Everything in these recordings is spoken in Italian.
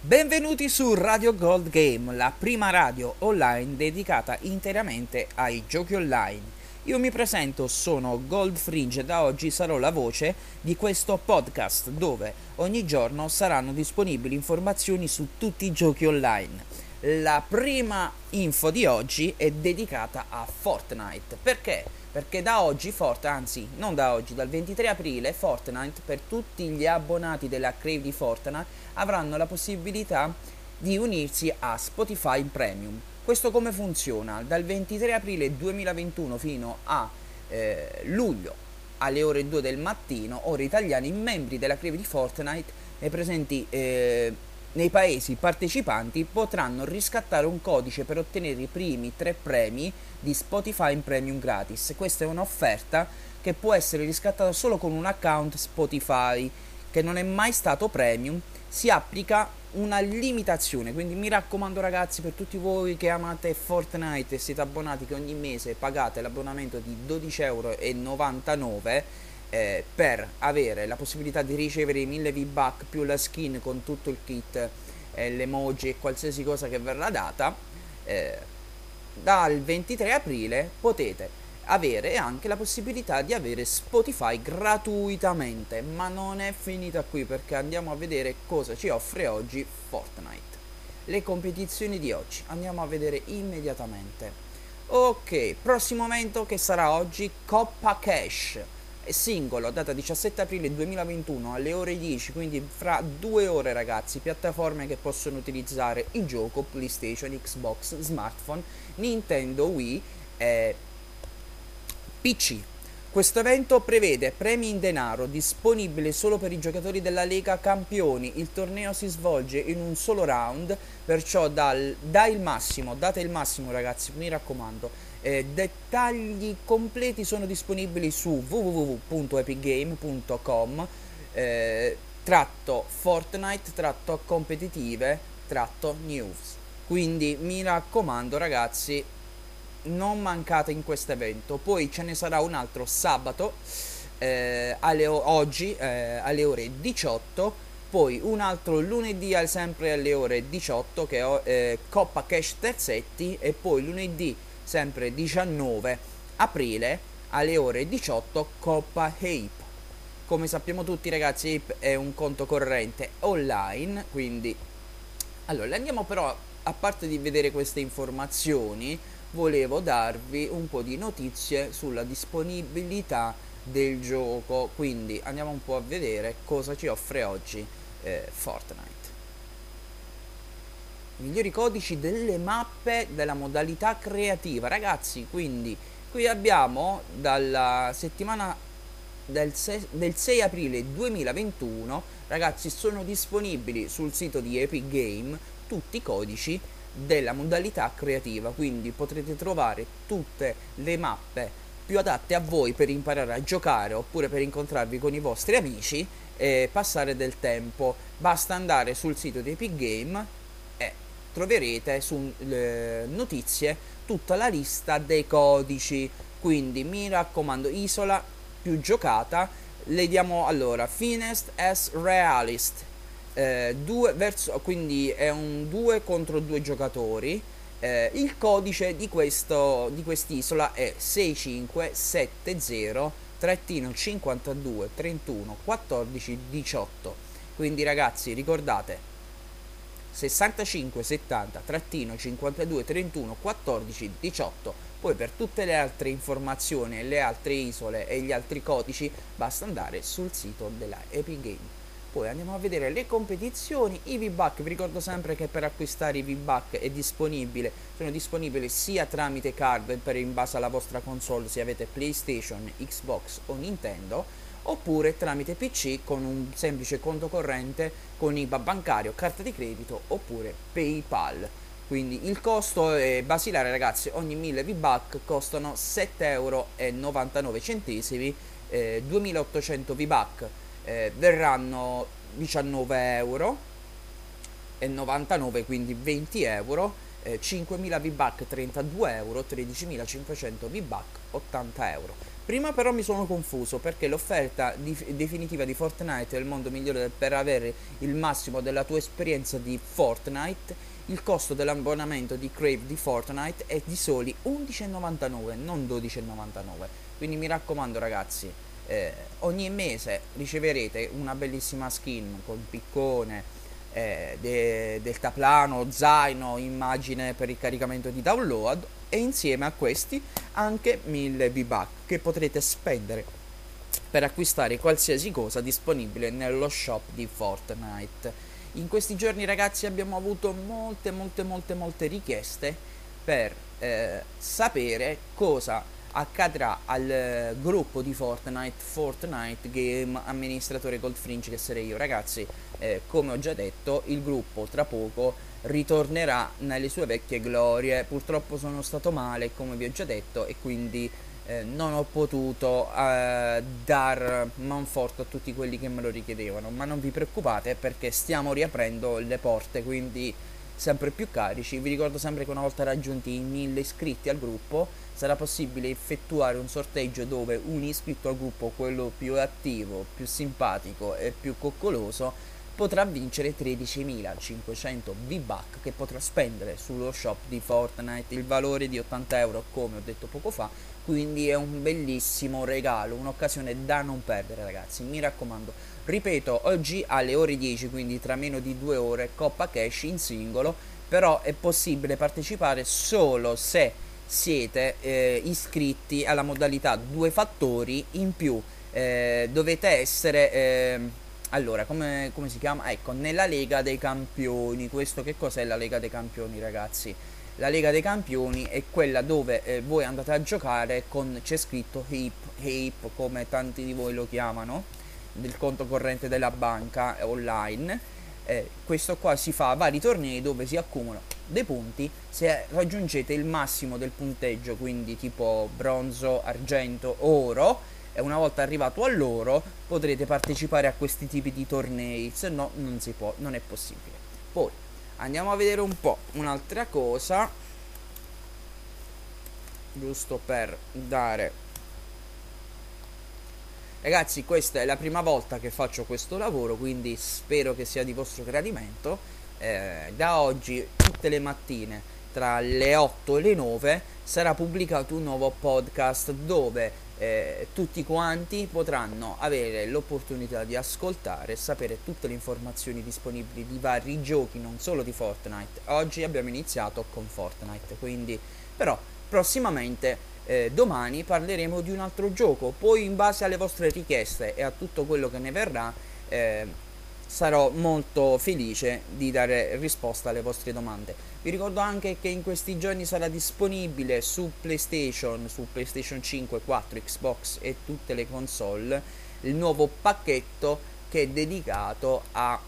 Benvenuti su Radio Gold Game, la prima radio online dedicata interamente ai giochi online. Io mi presento, sono Gold Fringe e da oggi sarò la voce di questo podcast dove ogni giorno saranno disponibili informazioni su tutti i giochi online. La prima info di oggi è dedicata a Fortnite. Perché? Perché da oggi anzi non da oggi, dal 23 aprile Fortnite, per tutti gli abbonati della crave di Fortnite, avranno la possibilità di unirsi a Spotify Premium. Questo come funziona? Dal 23 aprile 2021 fino a luglio alle ore 2 del mattino, ore italiane, i membri della crave di Fortnite presenti nei paesi partecipanti potranno riscattare un codice per ottenere i primi 3 premi di Spotify Premium gratis. Questa è un'offerta che può essere riscattata solo con un account Spotify che non è mai stato premium. Si applica una limitazione, quindi mi raccomando ragazzi, per tutti voi che amate Fortnite e siete abbonati, che ogni mese pagate l'abbonamento di 12,99 per avere la possibilità di ricevere i 1000 V-Buck più la skin con tutto il kit, l'emoji e qualsiasi cosa che verrà data, dal 23 aprile potete avere anche la possibilità di avere Spotify gratuitamente. Ma non è finita qui, perché andiamo a vedere cosa ci offre oggi Fortnite. Le competizioni di oggi andiamo a vedere immediatamente. Ok, prossimo evento che sarà oggi, Coppa Cash, è singolo, data 17 aprile 2021 alle ore 10, quindi fra 2 ore ragazzi. Piattaforme che possono utilizzare il gioco: PlayStation, Xbox, smartphone, Nintendo Wii e PC. Questo evento prevede premi in denaro disponibili solo per i giocatori della Lega Campioni. Il torneo si svolge in un solo round, perciò date il massimo ragazzi, mi raccomando. Dettagli completi sono disponibili su www.epicgame.com tratto Fortnite tratto competitive tratto news. Quindi mi raccomando ragazzi, non mancate in questo evento. Poi ce ne sarà un altro sabato oggi alle ore 18, poi un altro lunedì sempre alle ore 18 che è Coppa Cash terzetti, e poi lunedì sempre 19 aprile alle ore 18 Coppa Ape. Come sappiamo tutti ragazzi, Ape è un conto corrente online, quindi allora andiamo. Però, a parte di vedere queste informazioni, volevo darvi un po' di notizie sulla disponibilità del gioco, quindi andiamo un po' a vedere cosa ci offre oggi Fortnite. Migliori codici delle mappe della modalità creativa ragazzi, quindi qui abbiamo dalla settimana del 6 aprile 2021 ragazzi, sono disponibili sul sito di Epic Game tutti i codici della modalità creativa, quindi potrete trovare tutte le mappe più adatte a voi per imparare a giocare oppure per incontrarvi con i vostri amici e passare del tempo. Basta andare sul sito di Epic Game e troverete su notizie tutta la lista dei codici. Quindi mi raccomando, isola più giocata, le diamo allora Finest as Realist, quindi è un 2 contro 2 giocatori. Il codice di quest'isola è 6570-52-311418. Quindi ragazzi ricordate 6570-52-311418. Poi per tutte le altre informazioni, le altre isole e gli altri codici basta andare sul sito della Epic Game. Poi andiamo a vedere le competizioni, i V-Buck. Vi ricordo sempre che per acquistare i V-Buck sono disponibili sia tramite card in base alla vostra console, se avete PlayStation, Xbox o Nintendo, oppure tramite PC con un semplice conto corrente con IBA bancario, carta di credito oppure PayPal. Quindi il costo è basilare ragazzi, ogni 1000 V-Buck costano 7,99 €, 2800 V-Buck verranno 19,99 €, quindi 20 €, 5000 V-Buck 32 €, 13.500 V-Buck 80 €. Prima però mi sono confuso perché l'offerta definitiva di Fortnite è il modo migliore per avere il massimo della tua esperienza di Fortnite. Il costo dell'abbonamento di Crave di Fortnite è di soli 11,99, non 12,99. Quindi mi raccomando ragazzi, ogni mese riceverete una bellissima skin con piccone, deltaplano, zaino, immagine per il caricamento di download e insieme a questi anche 1000 V-Buck che potrete spendere per acquistare qualsiasi cosa disponibile nello shop di Fortnite. In questi giorni ragazzi abbiamo avuto molte richieste per sapere cosa accadrà al gruppo di Fortnite Game Amministratore Gold Fringe, che sarei io ragazzi. Come ho già detto, il gruppo tra poco ritornerà nelle sue vecchie glorie. Purtroppo sono stato male come vi ho già detto e quindi non ho potuto dar manforte a tutti quelli che me lo richiedevano, ma non vi preoccupate perché stiamo riaprendo le porte, quindi sempre più carici. Vi ricordo sempre che una volta raggiunti i 1000 iscritti al gruppo sarà possibile effettuare un sorteggio dove un iscritto al gruppo, quello più attivo, più simpatico e più coccoloso, potrà vincere 13.500 V-Buck che potrà spendere sullo shop di Fortnite, il valore di 80 euro come ho detto poco fa. Quindi è un bellissimo regalo, un'occasione da non perdere ragazzi, mi raccomando. Ripeto, oggi alle ore 10, quindi tra meno di 2 ore, Coppa Cash in singolo, però è possibile partecipare solo se siete iscritti alla modalità 2 fattori in più. Dovete essere allora come si chiama? Ecco, nella Lega dei Campioni. Questo che cos'è la Lega dei Campioni ragazzi? La Lega dei Campioni è quella dove voi andate a giocare con, c'è scritto HIP come tanti di voi lo chiamano, del conto corrente della banca online. Questo qua si fa vari tornei dove si accumulano dei punti. Se raggiungete il massimo del punteggio, quindi tipo bronzo, argento, oro, e una volta arrivato all'oro potrete partecipare a questi tipi di tornei, se no non si può, non è possibile. Poi andiamo a vedere un po' un'altra cosa, giusto per dare. Ragazzi, questa è la prima volta che faccio questo lavoro, quindi spero che sia di vostro gradimento. Da oggi, tutte le mattine, tra le 8 e le 9, sarà pubblicato un nuovo podcast dove tutti quanti potranno avere l'opportunità di ascoltare e sapere tutte le informazioni disponibili di vari giochi, non solo di Fortnite. Oggi abbiamo iniziato con Fortnite, quindi però prossimamente domani parleremo di un altro gioco. Poi in base alle vostre richieste e a tutto quello che ne verrà sarò molto felice di dare risposta alle vostre domande. Vi ricordo anche che in questi giorni sarà disponibile su PlayStation 5, 4, Xbox e tutte le console il nuovo pacchetto che è dedicato a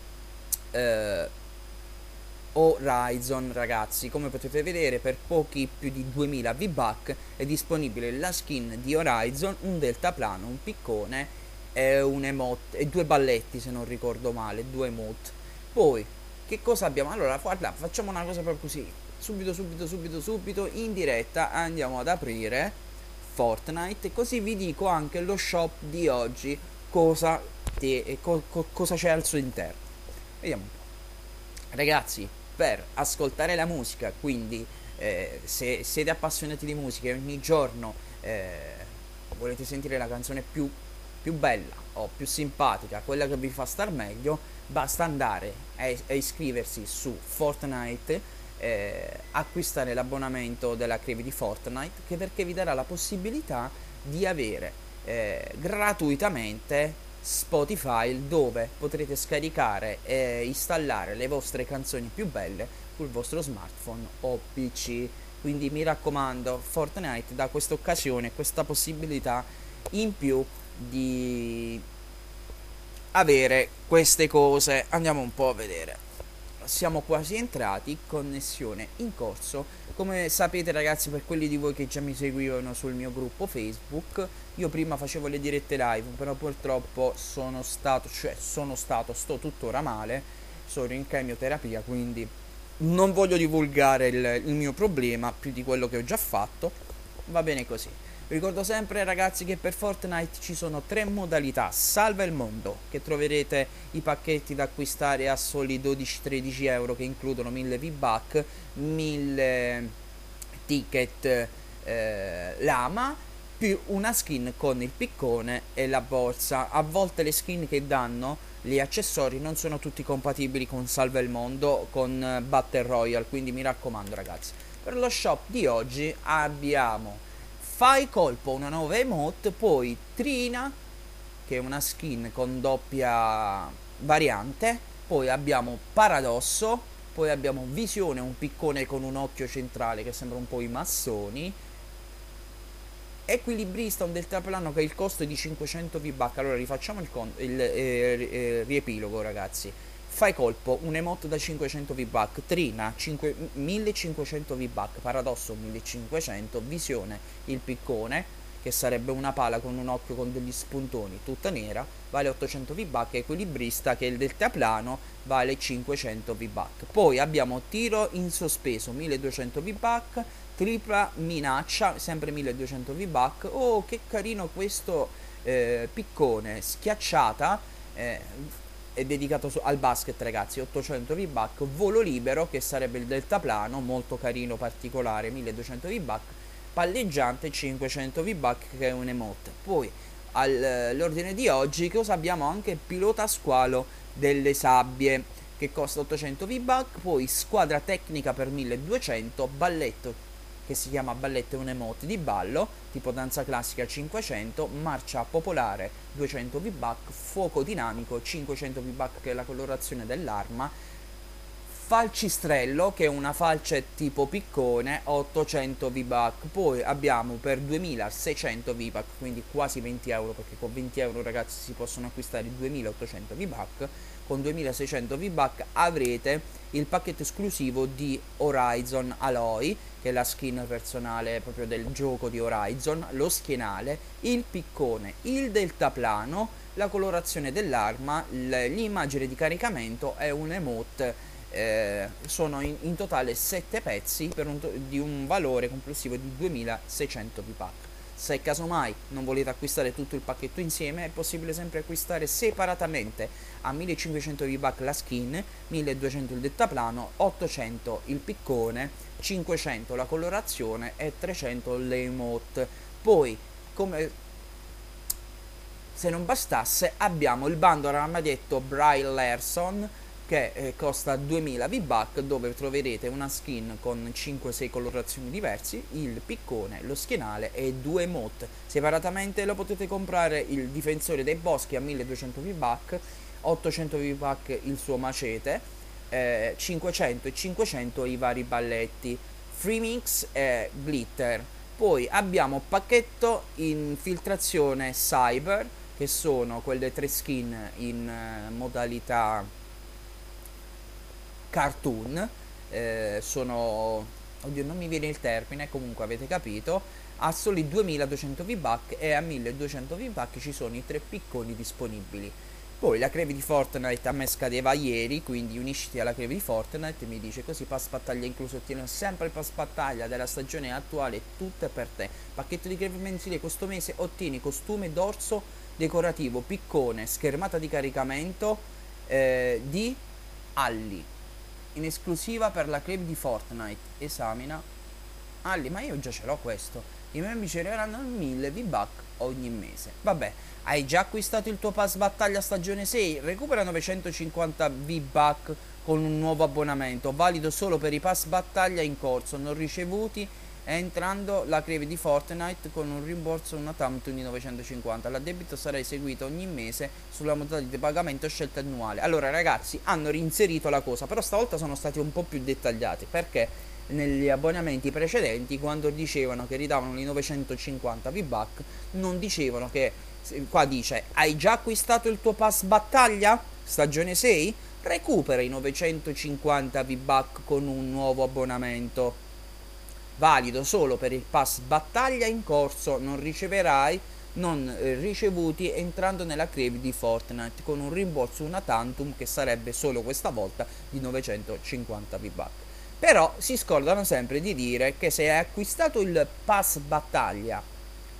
Horizon ragazzi. Come potete vedere, per pochi più di 2000 V-Buck è disponibile la skin di Horizon, un deltaplano, un piccone e un emote e 2 balletti, se non ricordo male, 2 emote. Poi che cosa abbiamo? Allora guarda, facciamo una cosa proprio così, subito in diretta andiamo ad aprire Fortnite, così vi dico anche lo shop di oggi, cosa c'è al suo interno. Vediamo un po'. Ragazzi, per ascoltare la musica, quindi se siete appassionati di musica e ogni giorno volete sentire la canzone più bella o più simpatica, quella che vi fa star meglio, basta andare a iscriversi su Fortnite, acquistare l'abbonamento della Crave di Fortnite, che perché vi darà la possibilità di avere gratuitamente Spotify, dove potrete scaricare e installare le vostre canzoni più belle sul vostro smartphone o PC. Quindi mi raccomando, Fortnite dà questa occasione, questa possibilità in più di avere queste cose. Andiamo un po' a vedere. Siamo quasi entrati, connessione in corso. Come sapete ragazzi, per quelli di voi che già mi seguivano sul mio gruppo Facebook, io prima facevo le dirette live, però purtroppo sto tuttora male, sono in chemioterapia, quindi non voglio divulgare il mio problema più di quello che ho già fatto. Va bene così. Ricordo sempre ragazzi che per Fortnite ci sono 3 modalità: salva il mondo, che troverete i pacchetti da acquistare a soli 12-13 euro, che includono 1000 V-Buck, 1000 ticket lama, più una skin con il piccone e la borsa. A volte le skin che danno, gli accessori, non sono tutti compatibili con salva il mondo, con Battle Royale, quindi mi raccomando ragazzi. Per lo shop di oggi abbiamo Fai Colpo, una nuova emote, poi Trina, che è una skin con doppia variante, poi abbiamo Paradosso, poi abbiamo Visione, un piccone con un occhio centrale che sembra un po' i massoni, Equilibrista, un deltaplano che ha il costo di 500 V-Buck. Allora rifacciamo il riepilogo ragazzi. Fai Colpo, un emote da 500 V-Buck, Trina 1500 V-Buck, Paradosso 1500, Visione, il piccone che sarebbe una pala con un occhio con degli spuntoni, tutta nera, vale 800 V-Buck, Equilibrista che è il deltaplano vale 500 V-Buck. Poi abbiamo Tiro in sospeso 1200 V-Buck, Tripla minaccia sempre 1200 V-Buck. Oh, che carino questo piccone, Schiacciata, è dedicato al basket ragazzi, 800 V-Buck, Volo libero che sarebbe il deltaplano, molto carino, particolare, 1200 V-Buck, Palleggiante 500 V-Buck che è un emote. Poi all'ordine di oggi cosa abbiamo? Anche Pilota Squalo delle sabbie che costa 800 V-Buck, poi Squadra tecnica per 1200, Balletto che si chiama Balletto, è un emote di ballo tipo danza classica 500, Marcia popolare 200 V-Buck, Fuoco dinamico 500 V-Buck che è la colorazione dell'arma, Falcistrello che è una falce tipo piccone 800 V-Buck. Poi abbiamo per 2600 V-Buck, quindi quasi 20 euro, perché con 20 euro ragazzi si possono acquistare 2800 V-Buck. Con 2600 V-Buck avrete il pacchetto esclusivo di Horizon Alloy, che è la skin personale proprio del gioco di Horizon, lo schienale, il piccone, il deltaplano, la colorazione dell'arma, l'immagine di caricamento e un emote. Sono in totale 7 pezzi di un valore complessivo di 2600 V-Buck. Se casomai non volete acquistare tutto il pacchetto insieme, è possibile sempre acquistare separatamente a 1500 V-Buck la skin, 1200 il deltaplano, 800 il piccone, 500 la colorazione e 300 le emote. Poi, come se non bastasse, abbiamo il bundle armadietto Bry Larson che costa 2000 V-Buck, dove troverete una skin con 5-6 colorazioni diverse, il piccone, lo schienale e 2 emote. Separatamente lo potete comprare il difensore dei boschi a 1200 V-Buck, 800 V-Buck il suo macete, 500 e 500 i vari balletti, Free Mix e Glitter. Poi abbiamo pacchetto infiltrazione Cyber, che sono quelle 3 skin in modalità cartoon, sono, oddio non mi viene il termine, comunque avete capito, a soli 2200 V-Buck, e a 1200 V-Buck ci sono i 3 picconi disponibili. Poi la creve di Fortnite a me scadeva ieri, quindi unisciti alla creve di Fortnite, mi dice così pass battaglia incluso, ottieni sempre il pass battaglia della stagione attuale, tutte per te. Pacchetto di creve mensile questo mese, ottieni costume dorso decorativo, piccone, schermata di caricamento di Alli, in esclusiva per la club di Fortnite. Esamina Alli, ma io già ce l'ho questo. I membri riceveranno 1000 V-Buck ogni mese. Vabbè, hai già acquistato il tuo pass battaglia stagione 6? Recupera 950 V-Buck con un nuovo abbonamento, valido solo per i pass battaglia in corso non ricevuti entrando la creve di Fortnite, con un rimborso una tantum di 950. L'addebito sarà eseguito ogni mese sulla modalità di pagamento scelta annuale. Allora ragazzi, hanno reinserito la cosa, però stavolta sono stati un po' più dettagliati, perché negli abbonamenti precedenti, quando dicevano che ridavano i 950 V-Buck, non dicevano che, qua dice hai già acquistato il tuo pass battaglia stagione 6? Recupera i 950 V-Buck con un nuovo abbonamento, valido solo per il pass battaglia in corso, non riceverai non ricevuti entrando nella crave di Fortnite, con un rimborso una tantum che sarebbe solo questa volta di 950 V-Buck. Però si scordano sempre di dire che se hai acquistato il pass battaglia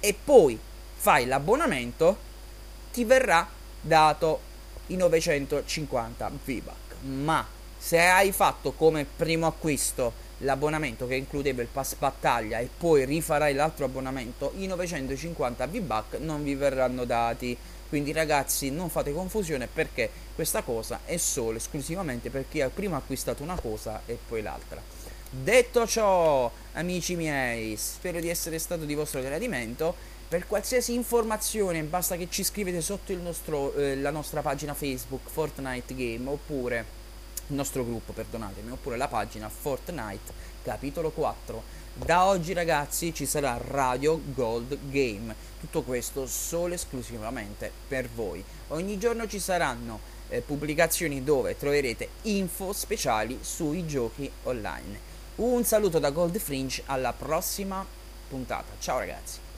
e poi fai l'abbonamento, ti verrà dato i 950 V-Bucks. Ma se hai fatto come primo acquisto l'abbonamento che includeva il pass battaglia e poi rifarai l'altro abbonamento, i 950 V-Bucks non vi verranno dati. Quindi ragazzi, non fate confusione, perché questa cosa è solo esclusivamente per chi ha prima acquistato una cosa e poi l'altra. Detto ciò, amici miei, spero di essere stato di vostro gradimento. Per qualsiasi informazione basta che ci scrivete sotto la nostra pagina Facebook Fortnite Game, oppure il nostro gruppo, perdonatemi, oppure la pagina Fortnite capitolo 4. Da oggi ragazzi ci sarà Radio Gold Game, tutto questo solo e esclusivamente per voi. Ogni giorno ci saranno pubblicazioni dove troverete info speciali sui giochi online. Un saluto da Gold Fringe, alla prossima puntata. Ciao ragazzi.